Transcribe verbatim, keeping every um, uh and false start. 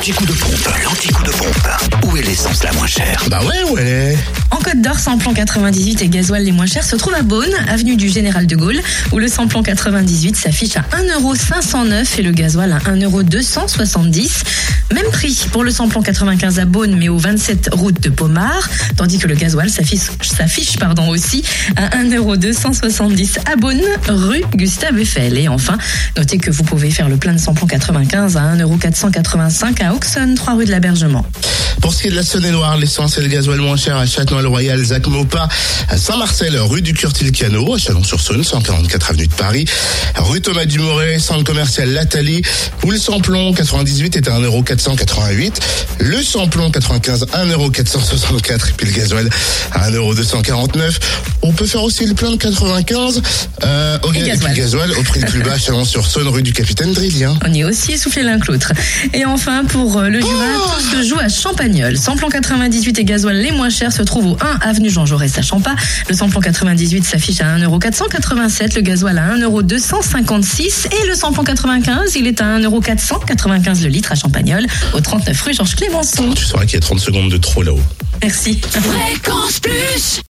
L'anti-coup de pompe, l'anti-coup de pompe. Où est l'essence la moins chère? Bah ouais, où elle est? En Côte d'Or, samplon quatre-vingt-dix-huit et gasoil les moins chers se trouvent à Beaune, avenue du Général de Gaulle, où le samplon quatre-vingt-dix-huit s'affiche à un euro cinq cent neuf et le gasoil à un euro deux cent soixante-dix. Même prix pour le samplon quatre-vingt-quinze à Beaune, mais au vingt-sept route de Pomard, tandis que le gasoil s'affiche, s'affiche pardon, aussi à un euro deux cent soixante-dix à Beaune, rue Gustave Eiffel. Et enfin, notez que vous pouvez faire le plein de samplon quatre-vingt-quinze à un euro quatre cent quatre-vingt-cinq à Auxonne, trois rue de l'Abergement. Pour ce qui est de la Saône-et-Loire, l'essence et le gasoil moins cher à Châtenois-le-Royal, Zac-Maupas, à Saint-Marcel, rue du Curtil-Cano, à Chalon-sur-Saône, cent quarante-quatre avenue de Paris, rue Thomas Dumoré, centre commercial Lathalie, où le samplon quatre-vingt-dix-huit est à un euro quatre cent quatre-vingt-huit, le samplon quatre-vingt-quinze à un euro quatre cent soixante-quatre, et puis le gasoil à un euro deux cent quarante-neuf. On peut faire aussi le plein de quatre-vingt-quinze, euh, au, et, et gasoil. puis le gasoil au prix le plus bas à Chalon-sur-Saône, rue du Capitaine Drillien. On est aussi essoufflé l'un que l'autre. Et enfin, pour le Jura, Oh tout se joue à Champagnole. Samplon quatre-vingt-dix-huit et gasoil les moins chers se trouvent au un avenue Jean Jaurès à Champa. Le samplon quatre-vingt-dix-huit s'affiche à un euro quatre cent quatre-vingt-sept, le gasoil à un euro deux cent cinquante-six et le samplon quatre-vingt-quinze, il est à un euro quatre cent quatre-vingt-quinze le litre à Champagnole, au trente-neuf rue Georges Clémenceau. Tu sauras qu'il y a trente secondes de trop là-haut. Merci. Fréquence Plus.